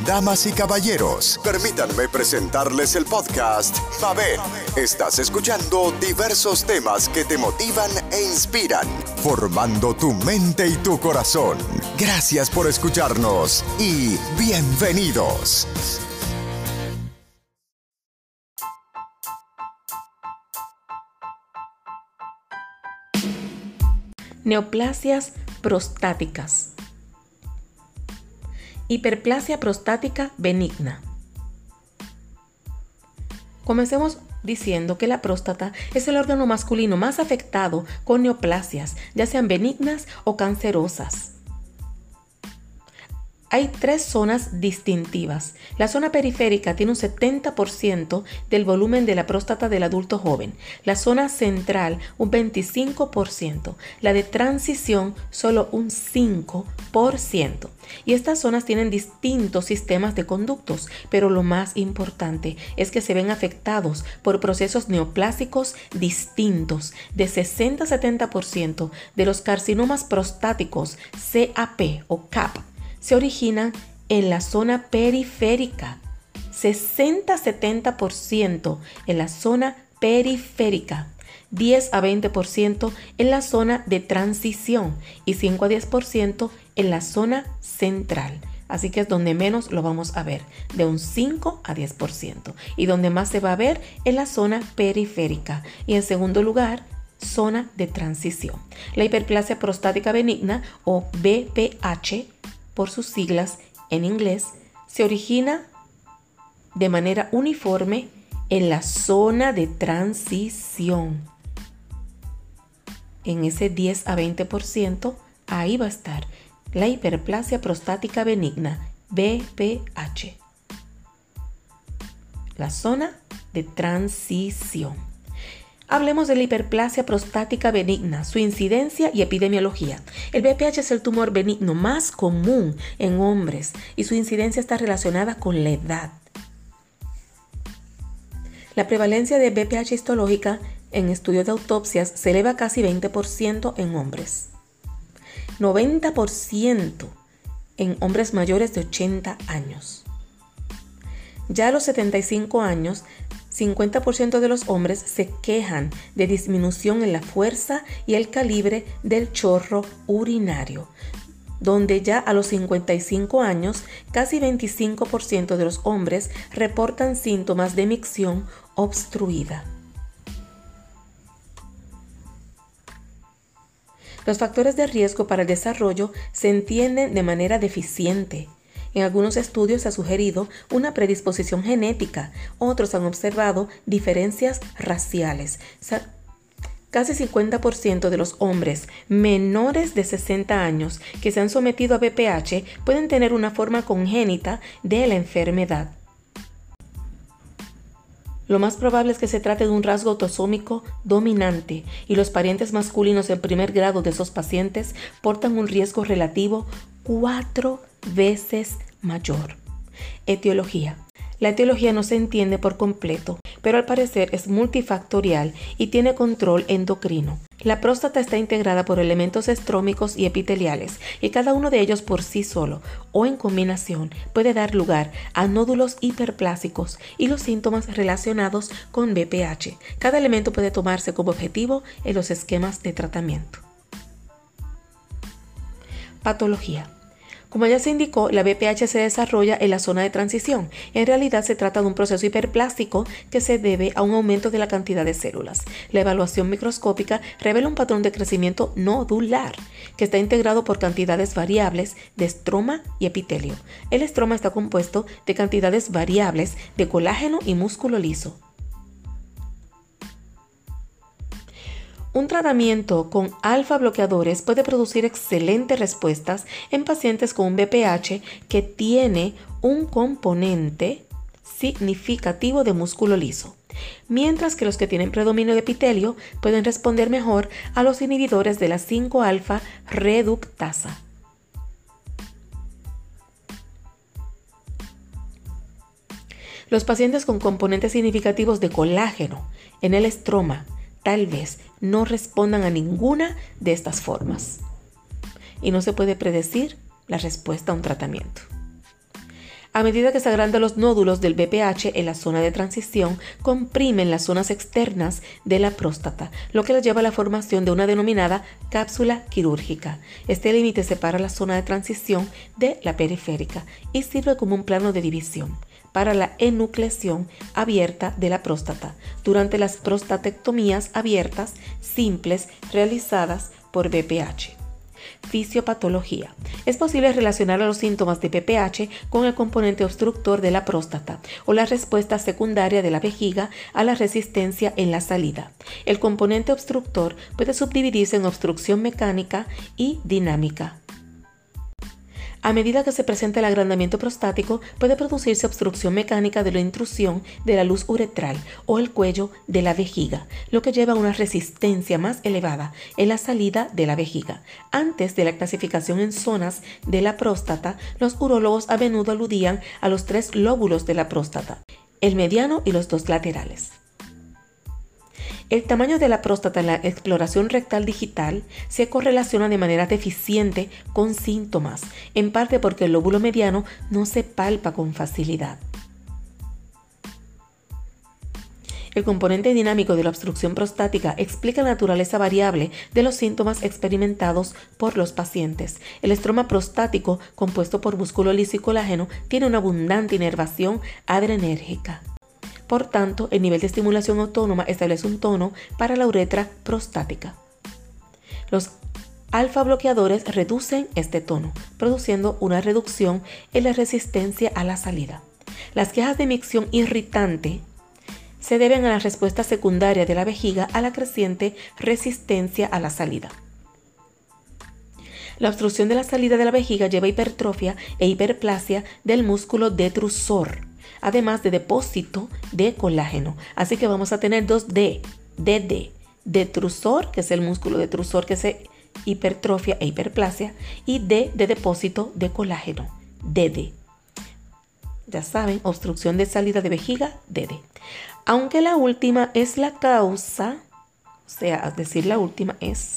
Damas y caballeros, permítanme presentarles el podcast Mabel. Estás escuchando diversos temas que te motivan e inspiran, formando tu mente y tu corazón. Gracias por escucharnos y bienvenidos. Neoplasias prostáticas. Hiperplasia prostática benigna. Comencemos diciendo que la próstata es el órgano masculino más afectado con neoplasias, ya sean benignas o cancerosas. Hay tres zonas distintivas. La zona periférica tiene un 70% del volumen de la próstata del adulto joven. La zona central un 25%. La de transición solo un 5%. Y estas zonas tienen distintos sistemas de conductos, pero lo más importante es que se ven afectados por procesos neoplásicos distintos. De 60 a 70% de los carcinomas prostáticos CAP o CAP se originan en la zona periférica, 60-70% en la zona periférica, 10 a 20% en la zona de transición y 5 a 10% en la zona central. Así que es donde menos lo vamos a ver, de un 5 a 10%. Y donde más se va a ver en la zona periférica. Y en segundo lugar, zona de transición. La hiperplasia prostática benigna o BPH, por sus siglas en inglés, se origina de manera uniforme en la zona de transición. En ese 10 a 20%, ahí va a estar la hiperplasia prostática benigna, BPH. La zona de transición. Hablemos de la hiperplasia prostática benigna, su incidencia y epidemiología. El BPH es el tumor benigno más común en hombres y su incidencia está relacionada con la edad. La prevalencia de BPH histológica en estudios de autopsias se eleva casi 20% en hombres, 90% en hombres mayores de 80 años. Ya a los 75 años, 50% de los hombres se quejan de disminución en la fuerza y el calibre del chorro urinario, donde ya a los 55 años, casi 25% de los hombres reportan síntomas de micción obstruida. Los factores de riesgo para el desarrollo se entienden de manera deficiente. En algunos estudios se ha sugerido una predisposición genética, otros han observado diferencias raciales. Casi 50% de los hombres menores de 60 años que se han sometido a BPH pueden tener una forma congénita de la enfermedad. Lo más probable es que se trate de un rasgo autosómico dominante y los parientes masculinos en primer grado de esos pacientes portan un riesgo relativo 4 veces mayor. Etiología. La etiología no se entiende por completo, pero al parecer es multifactorial y tiene control endocrino. La próstata está integrada por elementos estrómicos y epiteliales, y cada uno de ellos por sí solo o en combinación puede dar lugar a nódulos hiperplásicos y los síntomas relacionados con BPH. Cada elemento puede tomarse como objetivo en los esquemas de tratamiento. Patología. Como ya se indicó, la BPH se desarrolla en la zona de transición. En realidad se trata de un proceso hiperplástico que se debe a un aumento de la cantidad de células. La evaluación microscópica revela un patrón de crecimiento nodular que está integrado por cantidades variables de estroma y epitelio. El estroma está compuesto de cantidades variables de colágeno y músculo liso. Un tratamiento con alfa bloqueadores puede producir excelentes respuestas en pacientes con un BPH que tiene un componente significativo de músculo liso, mientras que los que tienen predominio de epitelio pueden responder mejor a los inhibidores de la 5-alfa reductasa. Los pacientes con componentes significativos de colágeno en el estroma tal vez no respondan a ninguna de estas formas. Y no se puede predecir la respuesta a un tratamiento. A medida que se agrandan los nódulos del BPH en la zona de transición, comprimen las zonas externas de la próstata, lo que les lleva a la formación de una denominada cápsula quirúrgica. Este límite separa la zona de transición de la periférica y sirve como un plano de división para la enucleación abierta de la próstata durante las prostatectomías abiertas simples realizadas por BPH. Fisiopatología. Es posible relacionar a los síntomas de BPH con el componente obstructor de la próstata o la respuesta secundaria de la vejiga a la resistencia en la salida. El componente obstructor puede subdividirse en obstrucción mecánica y dinámica. A medida que se presenta el agrandamiento prostático, puede producirse obstrucción mecánica de la intrusión de la luz uretral o el cuello de la vejiga, lo que lleva a una resistencia más elevada en la salida de la vejiga. Antes de la clasificación en zonas de la próstata, los urólogos a menudo aludían a los 3 lóbulos de la próstata, el mediano y los 2 laterales. El tamaño de la próstata en la exploración rectal digital se correlaciona de manera deficiente con síntomas, en parte porque el lóbulo mediano no se palpa con facilidad. El componente dinámico de la obstrucción prostática explica la naturaleza variable de los síntomas experimentados por los pacientes. El estroma prostático, compuesto por músculo liso y colágeno, tiene una abundante inervación adrenérgica. Por tanto, el nivel de estimulación autónoma establece un tono para la uretra prostática. Los alfa bloqueadores reducen este tono, produciendo una reducción en la resistencia a la salida. Las quejas de micción irritante se deben a la respuesta secundaria de la vejiga a la creciente resistencia a la salida. La obstrucción de la salida de la vejiga lleva a hipertrofia e hiperplasia del músculo detrusor, además de depósito de colágeno. Así que vamos a tener 2 D, detrusor, que es el músculo detrusor que se hipertrofia e hiperplasia, y D de depósito de colágeno, DD. Ya saben, obstrucción de salida de vejiga, DD. Aunque la última es la causa, o sea, es decir, la última es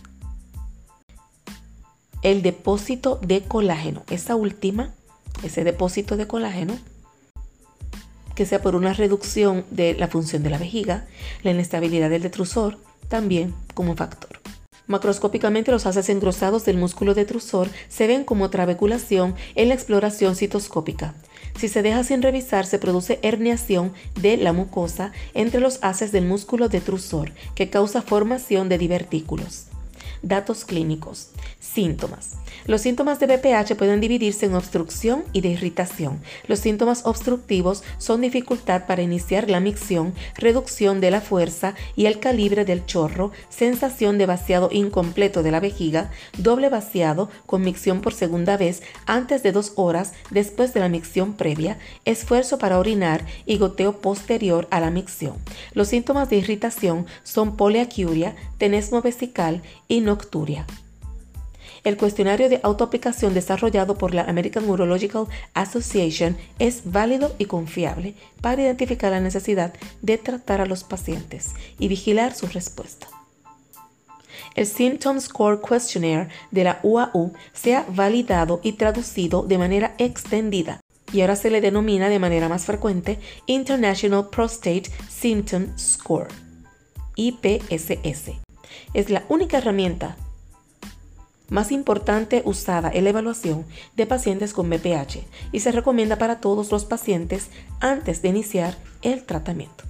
el depósito de colágeno. Esa última, ese depósito de colágeno, que sea por una reducción de la función de la vejiga, la inestabilidad del detrusor, también como factor. Macroscópicamente, los haces engrosados del músculo detrusor se ven como trabeculación en la exploración citoscópica. Si se deja sin revisar, se produce herniación de la mucosa entre los haces del músculo detrusor, que causa formación de divertículos. Datos clínicos. Síntomas. Los síntomas de BPH pueden dividirse en obstrucción y de irritación. Los síntomas obstructivos son dificultad para iniciar la micción, reducción de la fuerza y el calibre del chorro, sensación de vaciado incompleto de la vejiga, doble vaciado con micción por segunda vez antes de 2 horas después de la micción previa, esfuerzo para orinar y goteo posterior a la micción. Los síntomas de irritación son poliaquiuria, tenesmo vesical y nocturia. El cuestionario de autoaplicación desarrollado por la American Urological Association es válido y confiable para identificar la necesidad de tratar a los pacientes y vigilar su respuesta. El Symptom Score Questionnaire de la UAU se ha validado y traducido de manera extendida y ahora se le denomina de manera más frecuente International Prostate Symptom Score, IPSS. Es la única herramienta más importante usada en la evaluación de pacientes con BPH y se recomienda para todos los pacientes antes de iniciar el tratamiento.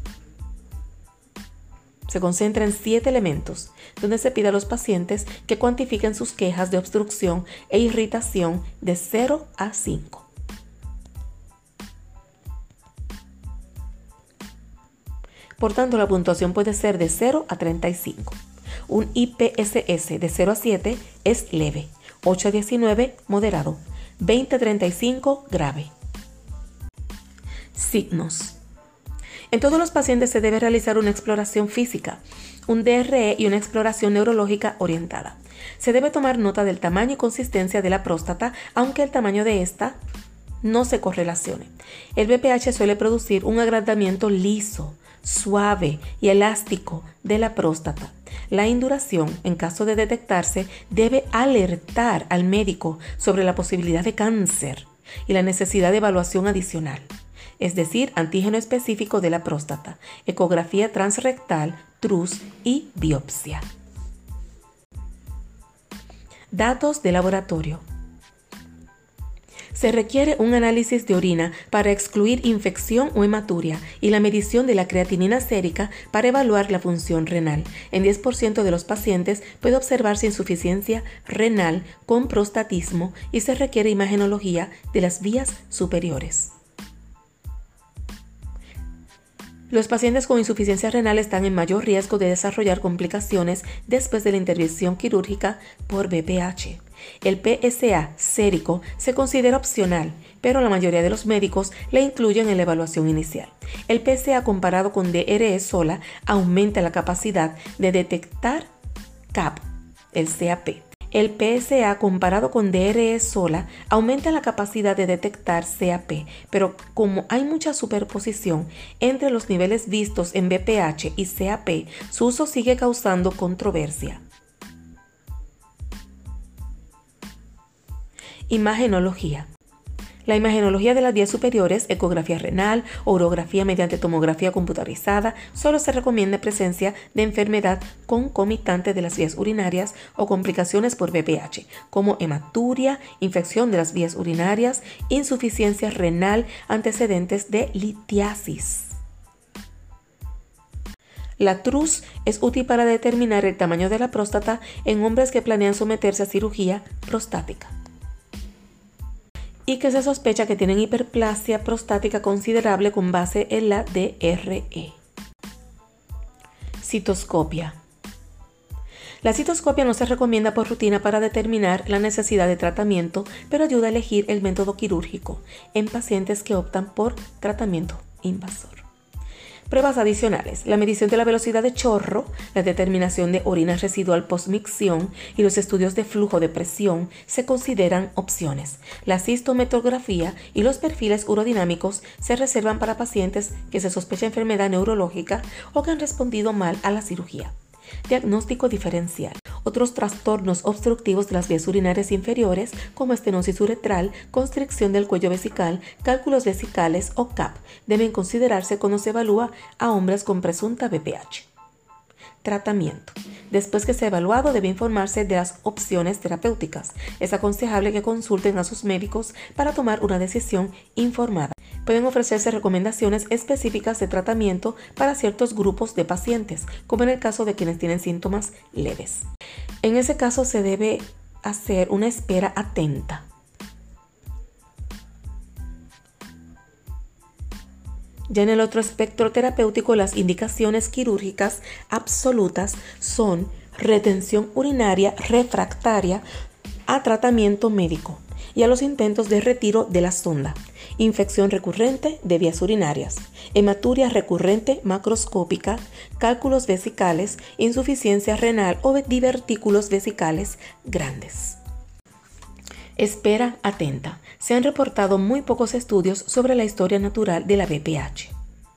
Se concentra en 7 elementos, donde se pide a los pacientes que cuantifiquen sus quejas de obstrucción e irritación de 0 a 5. Por tanto, la puntuación puede ser de 0 a 35. Un IPSS de 0 a 7 es leve, 8 a 19 moderado, 20 a 35 grave. Signos. En todos los pacientes se debe realizar una exploración física, un DRE y una exploración neurológica orientada. Se debe tomar nota del tamaño y consistencia de la próstata, aunque el tamaño de esta no se correlacione. El BPH suele producir un agrandamiento liso, suave y elástico de la próstata. La induración, en caso de detectarse, debe alertar al médico sobre la posibilidad de cáncer. y la necesidad de evaluación adicional, es decir, antígeno específico de la próstata, ecografía transrectal, TRUS y biopsia. Datos de laboratorio. Se requiere un análisis de orina para excluir infección o hematuria y la medición de la creatinina sérica para evaluar la función renal. En 10% de los pacientes puede observarse insuficiencia renal con prostatismo y se requiere imagenología de las vías superiores. Los pacientes con insuficiencia renal están en mayor riesgo de desarrollar complicaciones después de la intervención quirúrgica por BPH. El PSA sérico se considera opcional, pero la mayoría de los médicos la incluyen en la evaluación inicial. El PSA comparado con DRE sola aumenta la capacidad de detectar CAP, el CAP. El PSA comparado con DRE sola aumenta la capacidad de detectar CAP, pero como hay mucha superposición entre los niveles vistos en BPH y CAP, su uso sigue causando controversia. Imagenología. La imagenología de las vías superiores, ecografía renal o urografía mediante tomografía computarizada, solo se recomienda en presencia de enfermedad concomitante de las vías urinarias o complicaciones por BPH, como hematuria, infección de las vías urinarias, insuficiencia renal, antecedentes de litiasis. La TRUS es útil para determinar el tamaño de la próstata en hombres que planean someterse a cirugía prostática y que se sospecha que tienen hiperplasia prostática considerable con base en la DRE. Citoscopia. La citoscopia no se recomienda por rutina para determinar la necesidad de tratamiento, pero ayuda a elegir el método quirúrgico en pacientes que optan por tratamiento invasor. Pruebas adicionales. La medición de la velocidad de chorro, la determinación de orina residual postmicción y los estudios de flujo de presión se consideran opciones. La cistometrografía y los perfiles urodinámicos se reservan para pacientes que se sospecha enfermedad neurológica o que han respondido mal a la cirugía. Diagnóstico diferencial. Otros trastornos obstructivos de las vías urinarias inferiores, como estenosis uretral, constricción del cuello vesical, cálculos vesicales o CAP, deben considerarse cuando se evalúa a hombres con presunta BPH. Tratamiento. Después que sea evaluado, debe informarse de las opciones terapéuticas. Es aconsejable que consulten a sus médicos para tomar una decisión informada. Pueden ofrecerse recomendaciones específicas de tratamiento para ciertos grupos de pacientes, como en el caso de quienes tienen síntomas leves. En ese caso se debe hacer una espera atenta. Ya en el otro espectro terapéutico, las indicaciones quirúrgicas absolutas son retención urinaria refractaria a tratamiento médico y a los intentos de retiro de la sonda, infección recurrente de vías urinarias, hematuria recurrente macroscópica, cálculos vesicales, insuficiencia renal o divertículos vesicales grandes. Espera atenta. Se han reportado muy pocos estudios sobre la historia natural de la BPH.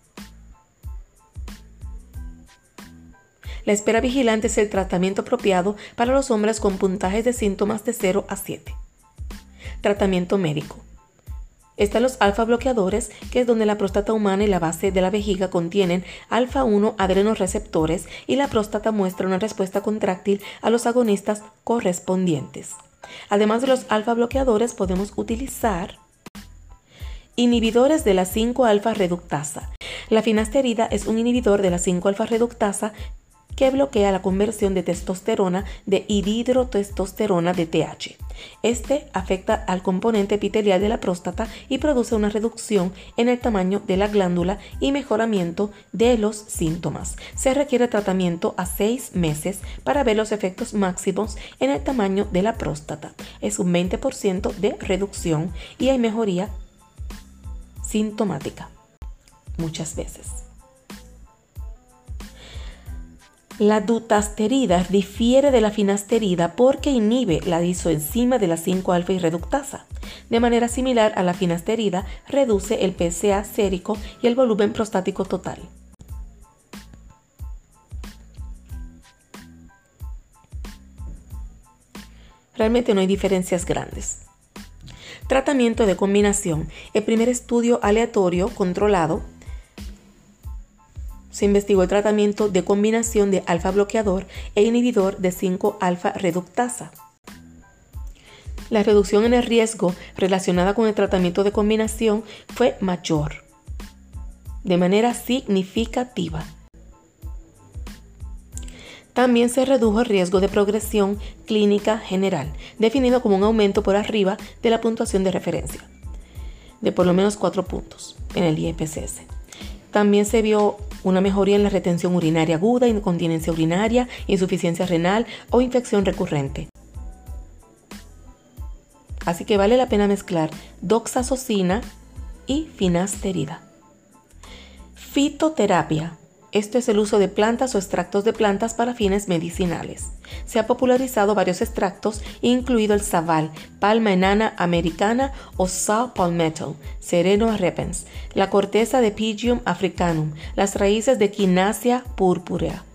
La espera vigilante es el tratamiento apropiado para los hombres con puntajes de síntomas de 0 a 7. Tratamiento médico. Están los alfa bloqueadores, que es donde la próstata humana y la base de la vejiga contienen alfa 1 adrenoreceptores y la próstata muestra una respuesta contráctil a los agonistas correspondientes. Además de los alfa bloqueadores, podemos utilizar inhibidores de la 5-alfa reductasa. La finasterida es un inhibidor de la 5-alfa reductasa que bloquea la conversión de testosterona de dihidrotestosterona DTH. Este afecta al componente epitelial de la próstata y produce una reducción en el tamaño de la glándula y mejoramiento de los síntomas. Se requiere tratamiento a 6 meses para ver los efectos máximos en el tamaño de la próstata. Es un 20% de reducción y hay mejoría sintomática muchas veces. La dutasterida difiere de la finasterida porque inhibe la disoenzima de la 5-alfa y reductasa. De manera similar a la finasterida, reduce el PSA sérico y el volumen prostático total. Realmente no hay diferencias grandes. Tratamiento de combinación. El primer estudio aleatorio controlado se investigó el tratamiento de combinación de alfa bloqueador e inhibidor de 5-alfa reductasa. La reducción en el riesgo relacionada con el tratamiento de combinación fue mayor, de manera significativa. También se redujo el riesgo de progresión clínica general, definido como un aumento por arriba de la puntuación de referencia, de por lo menos 4 puntos en el IPSS. También se vio una mejoría en la retención urinaria aguda, incontinencia urinaria, insuficiencia renal o infección recurrente. Así que vale la pena mezclar doxazosina y finasterida. Fitoterapia. Esto es el uso de plantas o extractos de plantas para fines medicinales. Se ha popularizado varios extractos, incluido el saval, palma enana americana o saw palmetto, Sereno repens, la corteza de Pygium africanum, las raíces de Quinacia purpurea,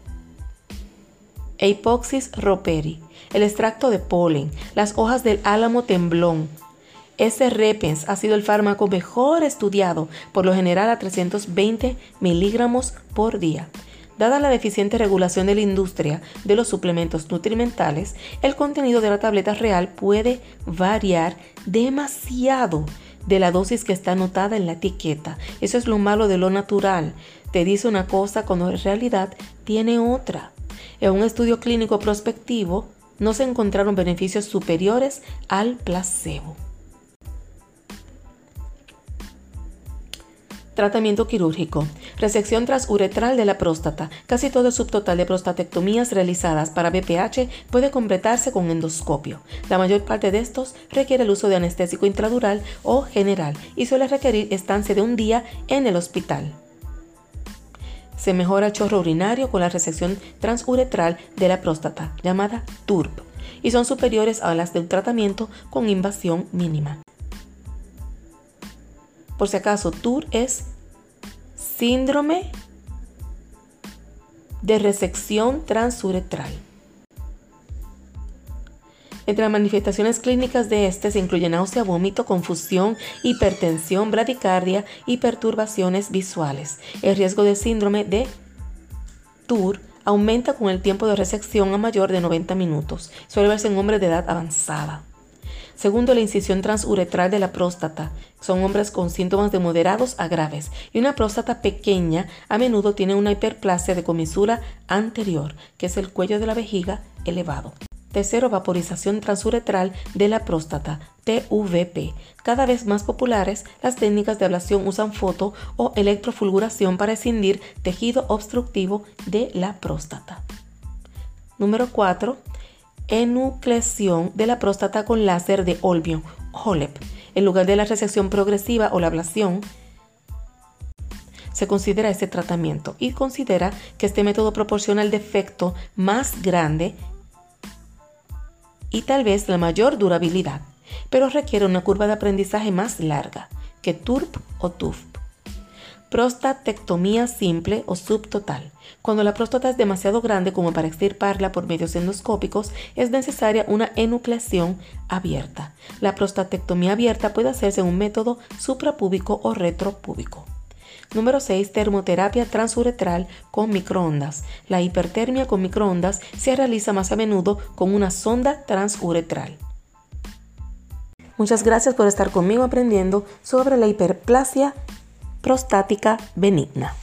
Eupoxis roperi, el extracto de polen, las hojas del álamo temblón. S. repens ha sido el fármaco mejor estudiado, por lo general a 320 miligramos por día. Dada la deficiente regulación de la industria de los suplementos nutrimentales, el contenido de la tableta real puede variar demasiado de la dosis que está anotada en la etiqueta. Eso es lo malo de lo natural. Te dice una cosa cuando en realidad tiene otra. En un estudio clínico prospectivo no se encontraron beneficios superiores al placebo. Tratamiento quirúrgico. Resección transuretral de la próstata. Casi todo el subtotal de prostatectomías realizadas para BPH puede completarse con endoscopio. La mayor parte de estos requiere el uso de anestésico intradural o general y suele requerir estancia de un día en el hospital. Se mejora el chorro urinario con la resección transuretral de la próstata, llamada TURP, y son superiores a las de un tratamiento con invasión mínima. Por si acaso, TUR es síndrome de resección transuretral. Entre las manifestaciones clínicas de este se incluyen náusea, vómito, confusión, hipertensión, bradicardia y perturbaciones visuales. El riesgo de síndrome de TUR aumenta con el tiempo de resección a mayor de 90 minutos. Suele verse en hombres de edad avanzada. Segundo, la incisión transuretral de la próstata. Son hombres con síntomas de moderados a graves y una próstata pequeña a menudo tiene una hiperplasia de comisura anterior, que es el cuello de la vejiga elevado. Tercero, vaporización transuretral de la próstata, TUVP. Cada vez más populares, las técnicas de ablación usan foto o electrofulguración para escindir tejido obstructivo de la próstata. Número 4. Enucleación de la próstata con láser de Olbio, HOLEP. En lugar de la resección progresiva o la ablación, se considera este tratamiento y considera que este método proporciona el defecto más grande y tal vez la mayor durabilidad, pero requiere una curva de aprendizaje más larga que TURP o TUF. Prostatectomía simple o subtotal. Cuando la próstata es demasiado grande como para extirparla por medios endoscópicos, es necesaria una enucleación abierta. La prostatectomía abierta puede hacerse en un método suprapúbico o retropúbico. Número 6. Termoterapia transuretral con microondas. La hipertermia con microondas se realiza más a menudo con una sonda transuretral. Muchas gracias por estar conmigo aprendiendo sobre la hiperplasia prostática benigna.